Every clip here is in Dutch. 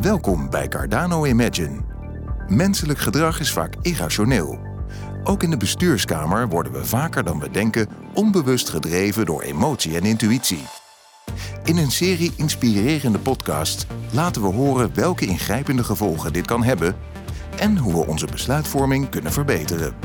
Welkom bij Cardano Imagine. Menselijk gedrag is vaak irrationeel. Ook in de bestuurskamer worden we vaker dan we denken onbewust gedreven door emotie en intuïtie. In een serie inspirerende podcasts laten we horen welke ingrijpende gevolgen dit kan hebben en hoe we onze besluitvorming kunnen verbeteren.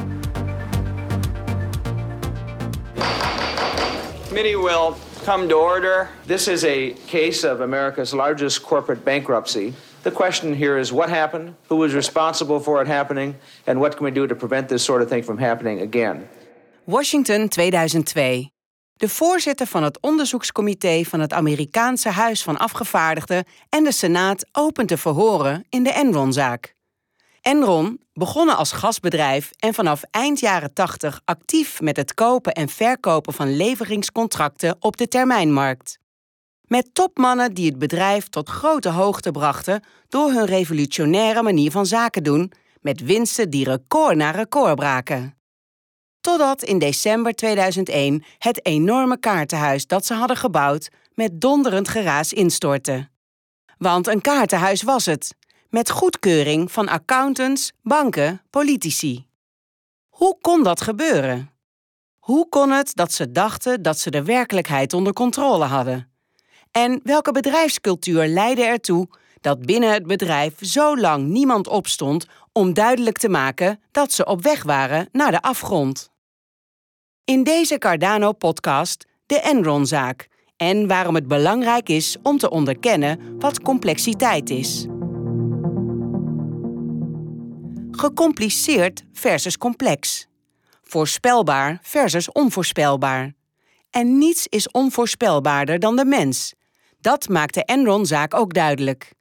Committee will come to order. This is a case of America's largest corporate bankruptcy. The question here is what happened, who was responsible for it happening, and what can we do to prevent this sort of thing from happening again? Washington 2002. De voorzitter van het onderzoekscomité van het Amerikaanse Huis van Afgevaardigden en de Senaat opent de verhoren in de Enron-zaak. Enron, begonnen als gasbedrijf en vanaf eind jaren 80 actief met het kopen en verkopen van leveringscontracten op de termijnmarkt. Met topmannen die het bedrijf tot grote hoogte brachten door hun revolutionaire manier van zaken doen, met winsten die record na record braken. Totdat in december 2001 het enorme kaartenhuis dat ze hadden gebouwd met donderend geraas instortte. Want een kaartenhuis was het, met goedkeuring van accountants, banken, politici. Hoe kon dat gebeuren? Hoe kon het dat ze dachten dat ze de werkelijkheid onder controle hadden? En welke bedrijfscultuur leidde ertoe dat binnen het bedrijf zo lang niemand opstond om duidelijk te maken dat ze op weg waren naar de afgrond? In deze Cardano-podcast de Enron-zaak en waarom het belangrijk is om te onderkennen wat complexiteit is. Gecompliceerd versus complex. Voorspelbaar versus onvoorspelbaar. En niets is onvoorspelbaarder dan de mens. Dat maakt de Enron-zaak ook duidelijk.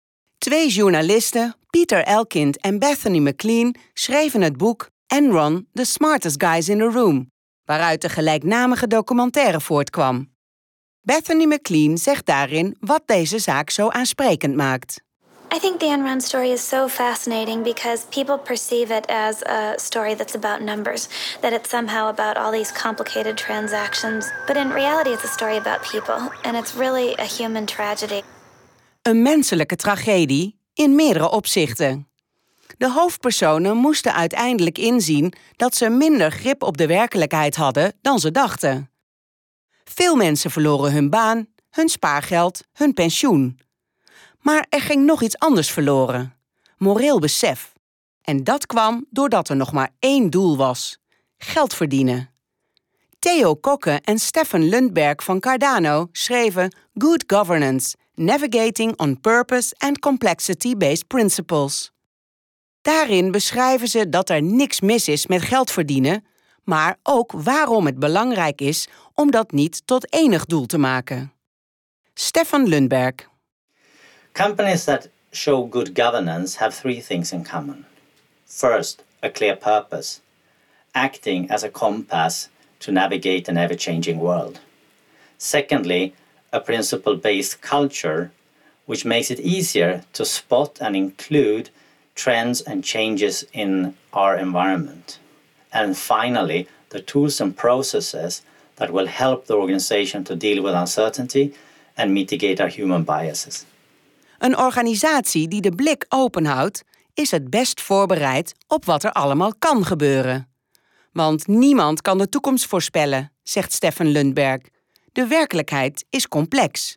2 journalisten, Peter Elkind en Bethany McLean, schreven het boek Enron, The Smartest Guys in the Room, waaruit de gelijknamige documentaire voortkwam. Bethany McLean zegt daarin wat deze zaak zo aansprekend maakt. I think the Enron story is so fascinating because people perceive it as a story that's about numbers, that it's somehow about all these complicated transactions. But in reality, it's a story about people, and it's really a human tragedy. Een menselijke tragedie in meerdere opzichten. De hoofdpersonen moesten uiteindelijk inzien dat ze minder grip op de werkelijkheid hadden dan ze dachten. Veel mensen verloren hun baan, hun spaargeld, hun pensioen. Maar er ging nog iets anders verloren. Moreel besef. En dat kwam doordat er nog maar 1 doel was. Geld verdienen. Theo Kokke en Stefan Lundberg van Cardano schreven Good Governance, Navigating on Purpose and Complexity-Based Principles. Daarin beschrijven ze dat er niks mis is met geld verdienen, maar ook waarom het belangrijk is om dat niet tot enig doel te maken. Stefan Lundberg. Companies that show good governance have 3 things in common. First, a clear purpose, acting as a compass to navigate an ever-changing world. Secondly, a principle-based culture, which makes it easier to spot and include trends and changes in our environment. And finally, the tools and processes that will help the organization to deal with uncertainty and mitigate our human biases. Een organisatie die de blik openhoudt, is het best voorbereid op wat er allemaal kan gebeuren. Want niemand kan de toekomst voorspellen, zegt Stefan Lundberg. De werkelijkheid is complex.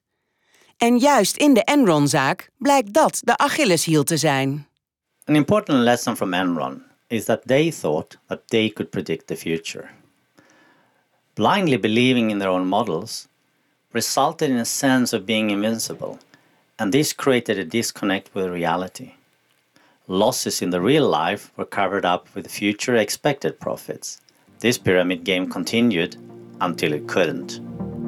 En juist in de Enron-zaak blijkt dat de Achilleshiel te zijn. An important lesson from Enron is that they thought that they could predict the future. Blindly believing in their own models resulted in a sense of being invincible. And this created a disconnect with reality. Losses in the real life were covered up with future expected profits. This pyramid game continued until it couldn't.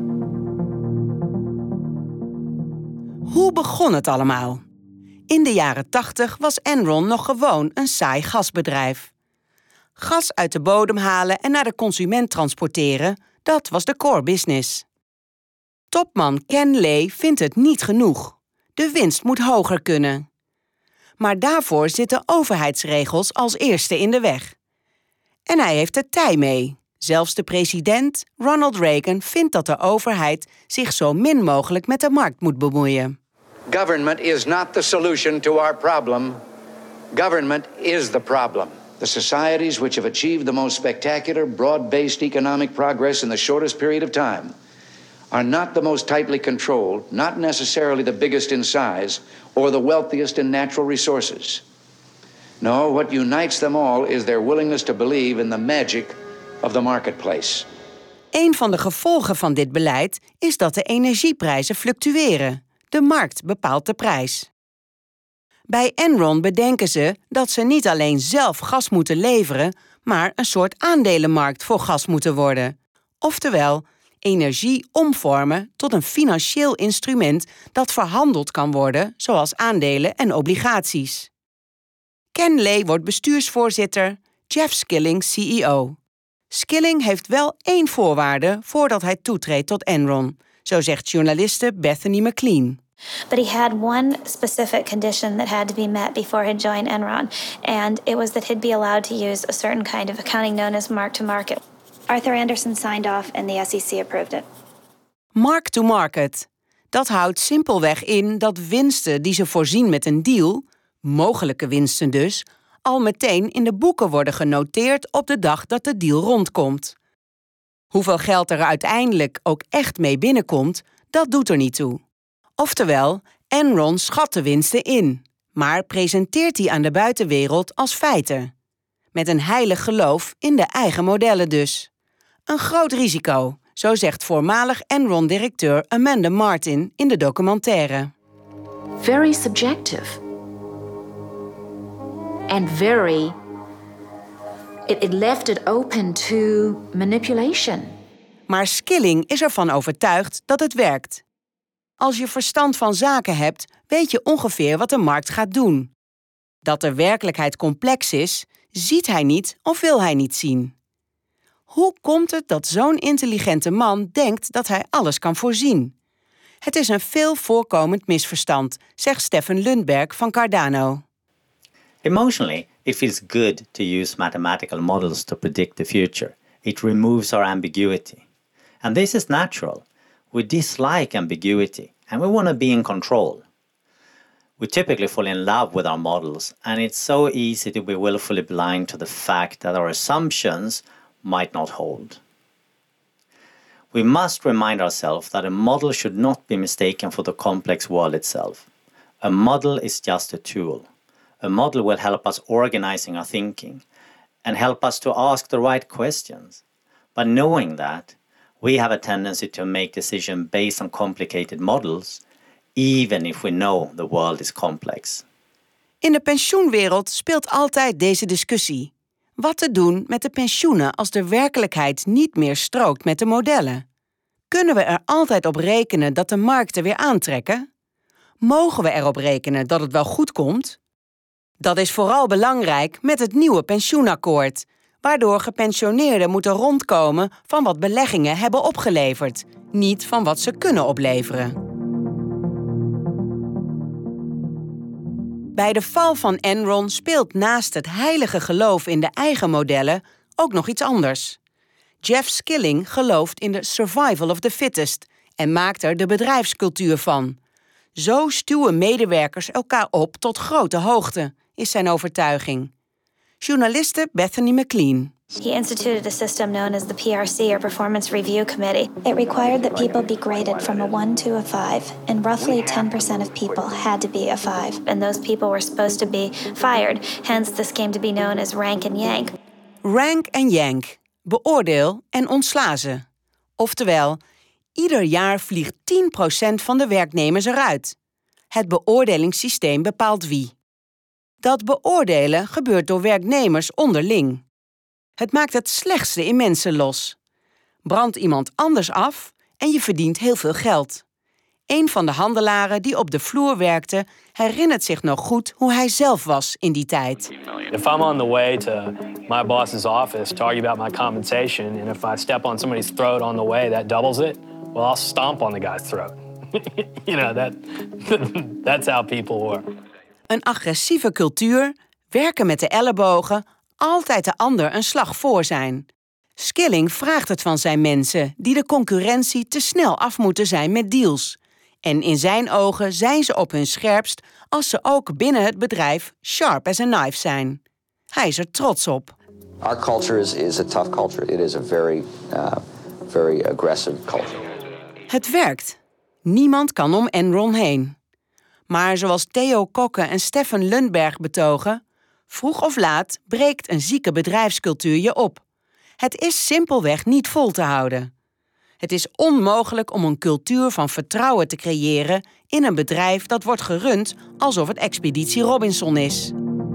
Hoe begon het allemaal? In de jaren 80 was Enron nog gewoon een saai gasbedrijf. Gas uit de bodem halen en naar de consument transporteren, dat was de core business. Topman Ken Lay vindt het niet genoeg. De winst moet hoger kunnen. Maar daarvoor zitten overheidsregels als eerste in de weg. En hij heeft er tij mee. Zelfs de president, Ronald Reagan, vindt dat de overheid zich zo min mogelijk met de markt moet bemoeien. Government is not the solution to our problem. Government is the problem. The societies which have achieved the most spectacular, broad-based economic progress in the shortest period of time are not the most tightly controlled, not necessarily the biggest in size, or the wealthiest in natural resources. No, what unites them all is their willingness to believe in the magic of the marketplace. Een van de gevolgen van dit beleid is dat de energieprijzen fluctueren. De markt bepaalt de prijs. Bij Enron bedenken ze dat ze niet alleen zelf gas moeten leveren, maar een soort aandelenmarkt voor gas moeten worden. Oftewel, energie omvormen tot een financieel instrument dat verhandeld kan worden, zoals aandelen en obligaties. Ken Lay wordt bestuursvoorzitter, Jeff Skilling CEO. Skilling heeft wel één voorwaarde voordat hij toetreedt tot Enron, zo zegt journaliste Bethany McLean. But he had one specific condition that had to be met before he'd join Enron, and it was that he'd be allowed to use a certain kind of accounting known as mark-to-market. Arthur Andersen signed off and the SEC approved it. Mark-to-market. Dat houdt simpelweg in dat winsten die ze voorzien met een deal, mogelijke winsten dus, al meteen in de boeken worden genoteerd op de dag dat de deal rondkomt. Hoeveel geld er uiteindelijk ook echt mee binnenkomt, dat doet er niet toe. Oftewel, Enron schat de winsten in, maar presenteert die aan de buitenwereld als feiten. Met een heilig geloof in de eigen modellen dus. Een groot risico, zo zegt voormalig Enron-directeur Amanda Martin in de documentaire. Very subjective. And very... It left it open to manipulation. Maar Skilling is ervan overtuigd dat het werkt. Als je verstand van zaken hebt, weet je ongeveer wat de markt gaat doen. Dat de werkelijkheid complex is, ziet hij niet of wil hij niet zien. Hoe komt het dat zo'n intelligente man denkt dat hij alles kan voorzien? Het is een veel voorkomend misverstand, zegt Stefan Lundberg van Cardano. Emotionally, it feels good to use mathematical models to predict the future. It removes our ambiguity. And this is natural. We dislike ambiguity, and we want to be in control. We typically fall in love with our models, and it's so easy to be willfully blind to the fact that our assumptions might not hold. We must remind ourselves that a model should not be mistaken for the complex world itself. A model is just a tool. A model will help us organizing our thinking and help us to ask the right questions. But knowing that, we have a tendency to make decisions based on complicated models, even if we know the world is complex. In de pensioenwereld speelt altijd deze discussie. Wat te doen met de pensioenen als de werkelijkheid niet meer strookt met de modellen? Kunnen we er altijd op rekenen dat de markten weer aantrekken? Mogen we erop rekenen dat het wel goed komt? Dat is vooral belangrijk met het nieuwe pensioenakkoord, waardoor gepensioneerden moeten rondkomen van wat beleggingen hebben opgeleverd, niet van wat ze kunnen opleveren. Bij de val van Enron speelt naast het heilige geloof in de eigen modellen ook nog iets anders. Jeff Skilling gelooft in de survival of the fittest en maakt er de bedrijfscultuur van. Zo stuwen medewerkers elkaar op tot grote hoogte, is zijn overtuiging. Journaliste Bethany McLean. He instituted a system known as the PRC, or Performance Review Committee. It required that people be graded from a 1 to a 5, and roughly 10% of people had to be a 5. And those people were supposed to be fired, hence this came to be known as rank and yank. Rank en yank, beoordeel en ontsla ze. Oftewel, ieder jaar vliegt 10% van de werknemers eruit. Het beoordelingssysteem bepaalt wie. Dat beoordelen gebeurt door werknemers onderling. Het maakt het slechtste in mensen los. Brand iemand anders af en je verdient heel veel geld. Een van de handelaren die op de vloer werkte herinnert zich nog goed hoe hij zelf was in die tijd. If I'm on the way to my boss's office to argue about my compensation, and if I step on somebody's throat on the way, that doubles it. Well, I'll stomp on the guy's throat. That's how people work. Een agressieve cultuur, werken met de ellebogen, altijd de ander een slag voor zijn. Skilling vraagt het van zijn mensen die de concurrentie te snel af moeten zijn met deals. En in zijn ogen zijn ze op hun scherpst als ze ook binnen het bedrijf sharp as a knife zijn. Hij is er trots op. Our culture is a tough culture. It is a very aggressive culture. Het werkt. Niemand kan om Enron heen. Maar zoals Theo Kokke en Steffen Lundberg betogen, vroeg of laat breekt een zieke bedrijfscultuur je op. Het is simpelweg niet vol te houden. Het is onmogelijk om een cultuur van vertrouwen te creëren in een bedrijf dat wordt gerund alsof het Expeditie Robinson is.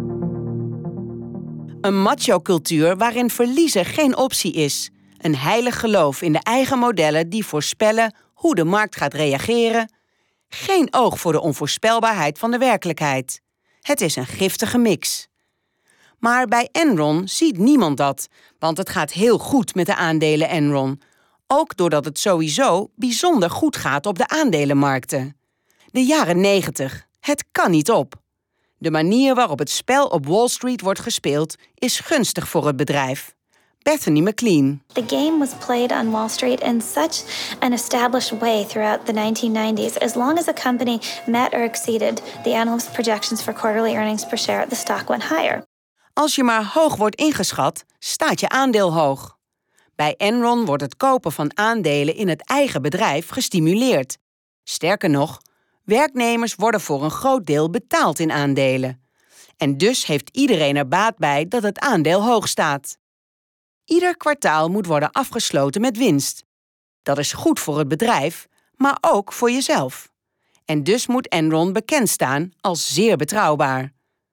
Een macho-cultuur waarin verliezen geen optie is. Een heilig geloof in de eigen modellen die voorspellen hoe de markt gaat reageren. Geen oog voor de onvoorspelbaarheid van de werkelijkheid. Het is een giftige mix. Maar bij Enron ziet niemand dat, want het gaat heel goed met de aandelen Enron. Ook doordat het sowieso bijzonder goed gaat op de aandelenmarkten. De jaren 90, het kan niet op. De manier waarop het spel op Wall Street wordt gespeeld is gunstig voor het bedrijf. Bethany McLean. The game was played on Wall Street in such an established way throughout the 1990s. As long as a company met or exceeded the analyst projections for quarterly earnings per share, the stock went higher. Als je maar hoog wordt ingeschat, staat je aandeel hoog. Bij Enron wordt het kopen van aandelen in het eigen bedrijf gestimuleerd. Sterker nog, werknemers worden voor een groot deel betaald in aandelen. En dus heeft iedereen er baat bij dat het aandeel hoog staat. Ieder kwartaal moet worden afgesloten met winst. Dat is goed voor het bedrijf, maar ook voor jezelf. En dus moet Enron bekend staan als zeer betrouwbaar.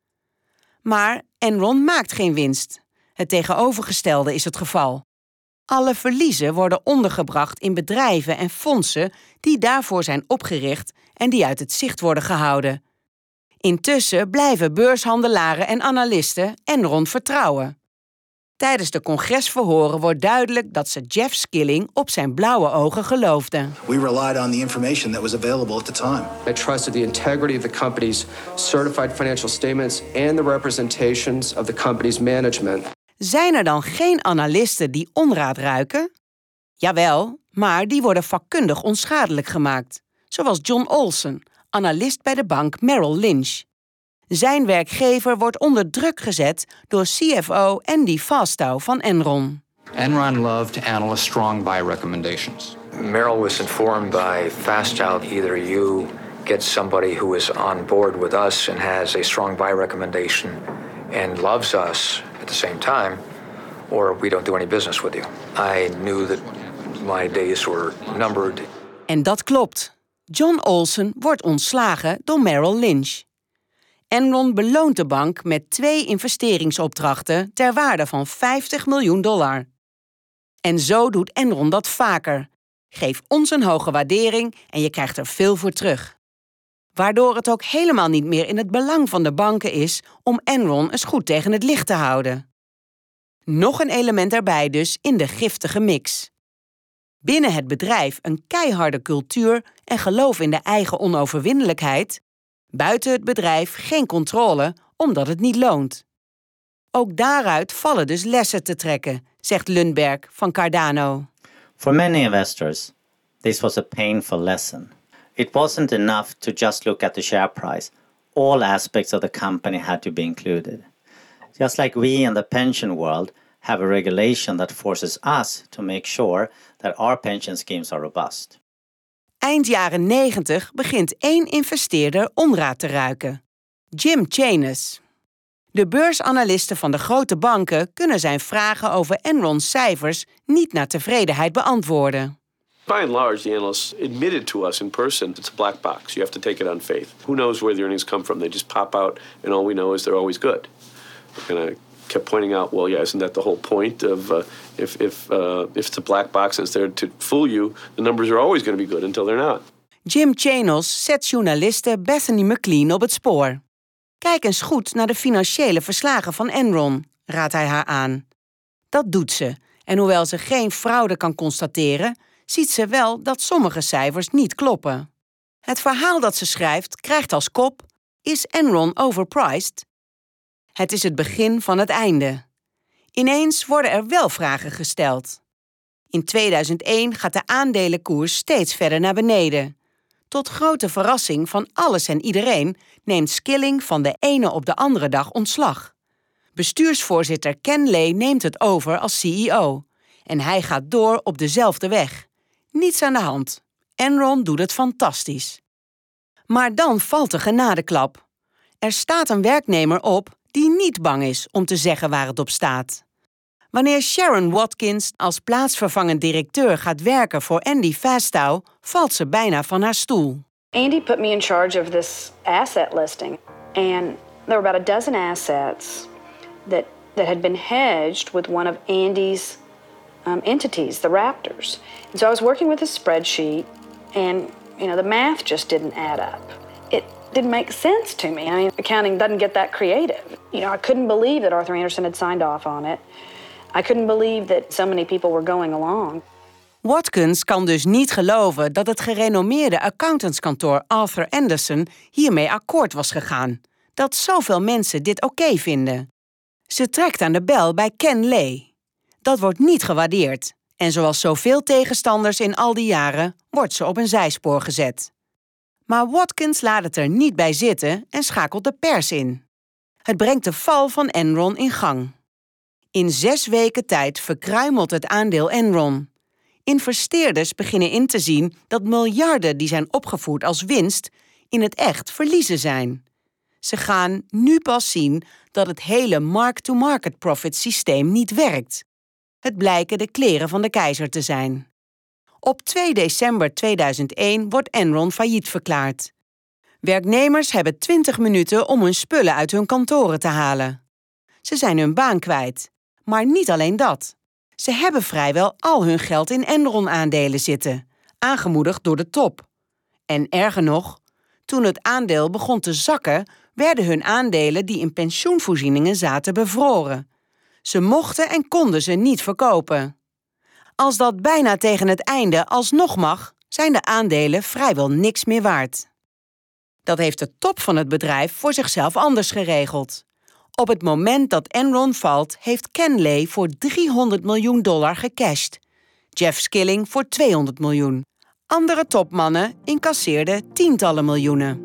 Maar Enron maakt geen winst. Het tegenovergestelde is het geval. Alle verliezen worden ondergebracht in bedrijven en fondsen die daarvoor zijn opgericht en die uit het zicht worden gehouden. Intussen blijven beurshandelaren en analisten Enron vertrouwen. Tijdens de congresverhoren wordt duidelijk dat ze Jeff Skilling op zijn blauwe ogen geloofden. We relied on the information that was available at the time. I trusted the integrity of the company's certified financial statements and the representations of the company's management. Zijn er dan geen analisten die onraad ruiken? Jawel, maar die worden vakkundig onschadelijk gemaakt. Zoals John Olson, analist bij de bank Merrill Lynch. Zijn werkgever wordt onder druk gezet door CFO Andy Fastow van Enron. Enron loved analysts' strong buy recommendations. Merrill was informed by Fastow, either you get somebody who is on board with us and has a strong buy recommendation and loves us at the same time, or we don't do any business with you. I knew that my days were numbered. En dat klopt. John Olson wordt ontslagen door Merrill Lynch. Enron beloont de bank met 2 investeringsopdrachten ter waarde van $50 miljoen. En zo doet Enron dat vaker. Geef ons een hoge waardering en je krijgt er veel voor terug. Waardoor het ook helemaal niet meer in het belang van de banken is om Enron eens goed tegen het licht te houden. Nog een element erbij dus in de giftige mix. Binnen het bedrijf een keiharde cultuur en geloof in de eigen onoverwinnelijkheid. Buiten het bedrijf geen controle, omdat het niet loont. Ook daaruit vallen dus lessen te trekken, zegt Lundberg van Cardano. For many investors, this was a painful lesson. It wasn't enough to just look at the share price. All aspects of the company had to be included. Just like we in the pension world have a regulation that forces us to make sure that our pension schemes are robust. Eind jaren 90 begint 1 investeerder onraad te ruiken. Jim Chanos. De beursanalisten van de grote banken kunnen zijn vragen over Enron's cijfers niet naar tevredenheid beantwoorden. By and large, the analysts admitted to us in person it's a black box. You have to take it on faith. Who knows where the earnings come from? They just pop out, and all we know is they're always good. And I kept pointing out, well, yeah, isn't that the whole point of if it's a black box and it's there to fool you, the numbers are always going to be good until they're not. Jim Chanos zet journaliste Bethany McLean op het spoor. Kijk eens goed naar de financiële verslagen van Enron, raadt hij haar aan. Dat doet ze, en hoewel ze geen fraude kan constateren, ziet ze wel dat sommige cijfers niet kloppen. Het verhaal dat ze schrijft krijgt als kop: Is Enron overpriced? Het is het begin van het einde. Ineens worden er wel vragen gesteld. In 2001 gaat de aandelenkoers steeds verder naar beneden. Tot grote verrassing van alles en iedereen neemt Skilling van de ene op de andere dag ontslag. Bestuursvoorzitter Ken Lay neemt het over als CEO. En hij gaat door op dezelfde weg. Niets aan de hand. Enron doet het fantastisch. Maar dan valt de genadeklap. Er staat een werknemer op die niet bang is om te zeggen waar het op staat. Wanneer Sharon Watkins als plaatsvervangend directeur gaat werken voor Andy Fastow, valt ze bijna van haar stoel. Andy put me in charge of this asset listing. And there were about a dozen assets that had been hedged with one of Andy's entities, the Raptors. And so I was working with a spreadsheet and, the math just didn't add up. It didn't make sense to me. I mean, accounting doesn't get that creative. I couldn't believe that Arthur Andersen had signed off on it. I couldn't believe that so many people were going along. Watkins kan dus niet geloven dat het gerenommeerde accountantskantoor Arthur Andersen hiermee akkoord was gegaan. Dat zoveel mensen dit oké vinden. Ze trekt aan de bel bij Ken Lay. Dat wordt niet gewaardeerd. En zoals zoveel tegenstanders in al die jaren, wordt ze op een zijspoor gezet. Maar Watkins laat het er niet bij zitten en schakelt de pers in. Het brengt de val van Enron in gang. In 6 weken tijd verkruimelt het aandeel Enron. Investeerders beginnen in te zien dat miljarden die zijn opgevoerd als winst in het echt verliezen zijn. Ze gaan nu pas zien dat het hele mark-to-market profit systeem niet werkt. Het blijken de kleren van de keizer te zijn. Op 2 december 2001 wordt Enron failliet verklaard. Werknemers hebben 20 minuten om hun spullen uit hun kantoren te halen. Ze zijn hun baan kwijt. Maar niet alleen dat. Ze hebben vrijwel al hun geld in Enron-aandelen zitten, aangemoedigd door de top. En erger nog, toen het aandeel begon te zakken, werden hun aandelen die in pensioenvoorzieningen zaten bevroren. Ze mochten en konden ze niet verkopen. Als dat bijna tegen het einde alsnog mag, zijn de aandelen vrijwel niks meer waard. Dat heeft de top van het bedrijf voor zichzelf anders geregeld. Op het moment dat Enron valt, heeft Ken Lay voor $300 miljoen gecashed. Jeff Skilling voor $200 miljoen. Andere topmannen incasseerden tientallen miljoenen.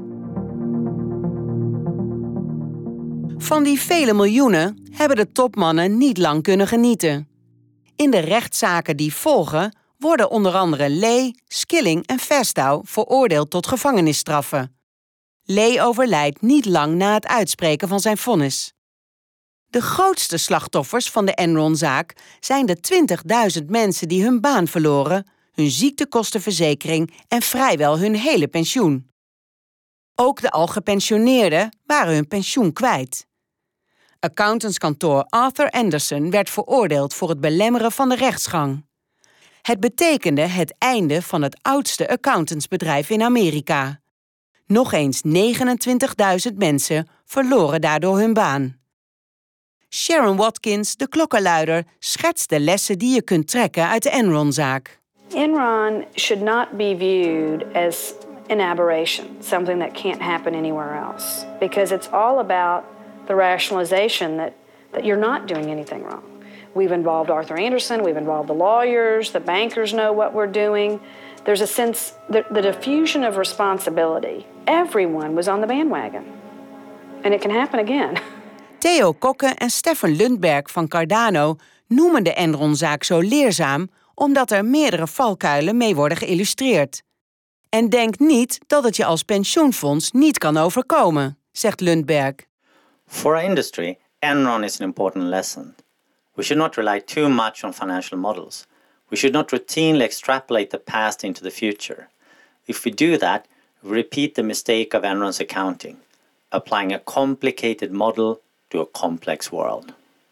Van die vele miljoenen hebben de topmannen niet lang kunnen genieten. In de rechtszaken die volgen worden onder andere Lay, Skilling en Fastow veroordeeld tot gevangenisstraffen. Lay overlijdt niet lang na het uitspreken van zijn vonnis. De grootste slachtoffers van de Enron-zaak zijn de 20.000 mensen die hun baan verloren, hun ziektekostenverzekering en vrijwel hun hele pensioen. Ook de al gepensioneerden waren hun pensioen kwijt. Accountantskantoor Arthur Andersen werd veroordeeld voor het belemmeren van de rechtsgang. Het betekende het einde van het oudste accountantsbedrijf in Amerika. Nog eens 29.000 mensen verloren daardoor hun baan. Sharon Watkins, de klokkenluider, schetst de lessen die je kunt trekken uit de Enron-zaak. Enron should not be viewed as an aberration, something that can't happen anywhere else. Because it's all about the rationalization that you're not doing anything wrong. We've involved Arthur Andersen, we've involved the lawyers, the bankers know what we're doing. There's a sense, the diffusion of responsibility. Everyone was on the bandwagon. And it can happen again. Theo Kokke en Stefan Lundberg van Cardano noemen de Enron-zaak zo leerzaam omdat er meerdere valkuilen mee worden geïllustreerd. En denk niet dat het je als pensioenfonds niet kan overkomen, zegt Lundberg. For our industry, Enron is an important lesson. We should not rely too much on financial models. We should not routinely extrapolate the past into the future. If we do that, we repeat the mistake of Enron's accounting, applying a complicated model to a complex world.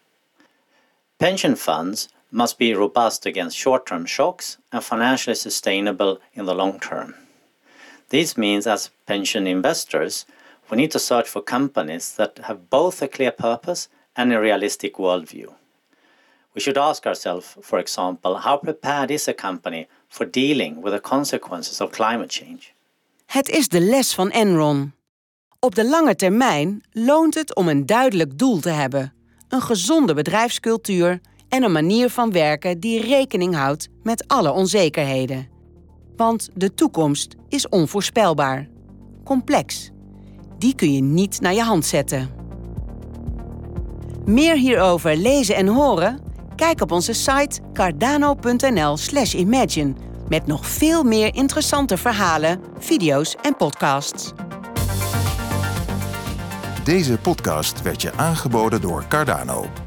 Pension funds must be robust against short-term shocks and financially sustainable in the long term. This means as pension investors, we need to search for companies that have both a clear purpose and a realistic worldview. We should ask ourselves, for example, how prepared is a company for dealing with the consequences of climate change? Het is de les van Enron. Op de lange termijn loont het om een duidelijk doel te hebben, een gezonde bedrijfscultuur en een manier van werken die rekening houdt met alle onzekerheden. Want de toekomst is onvoorspelbaar. Complex. Die kun je niet naar je hand zetten. Meer hierover lezen en horen? Kijk op onze site cardano.nl/imagine met nog veel meer interessante verhalen, video's en podcasts. Deze podcast werd je aangeboden door Cardano.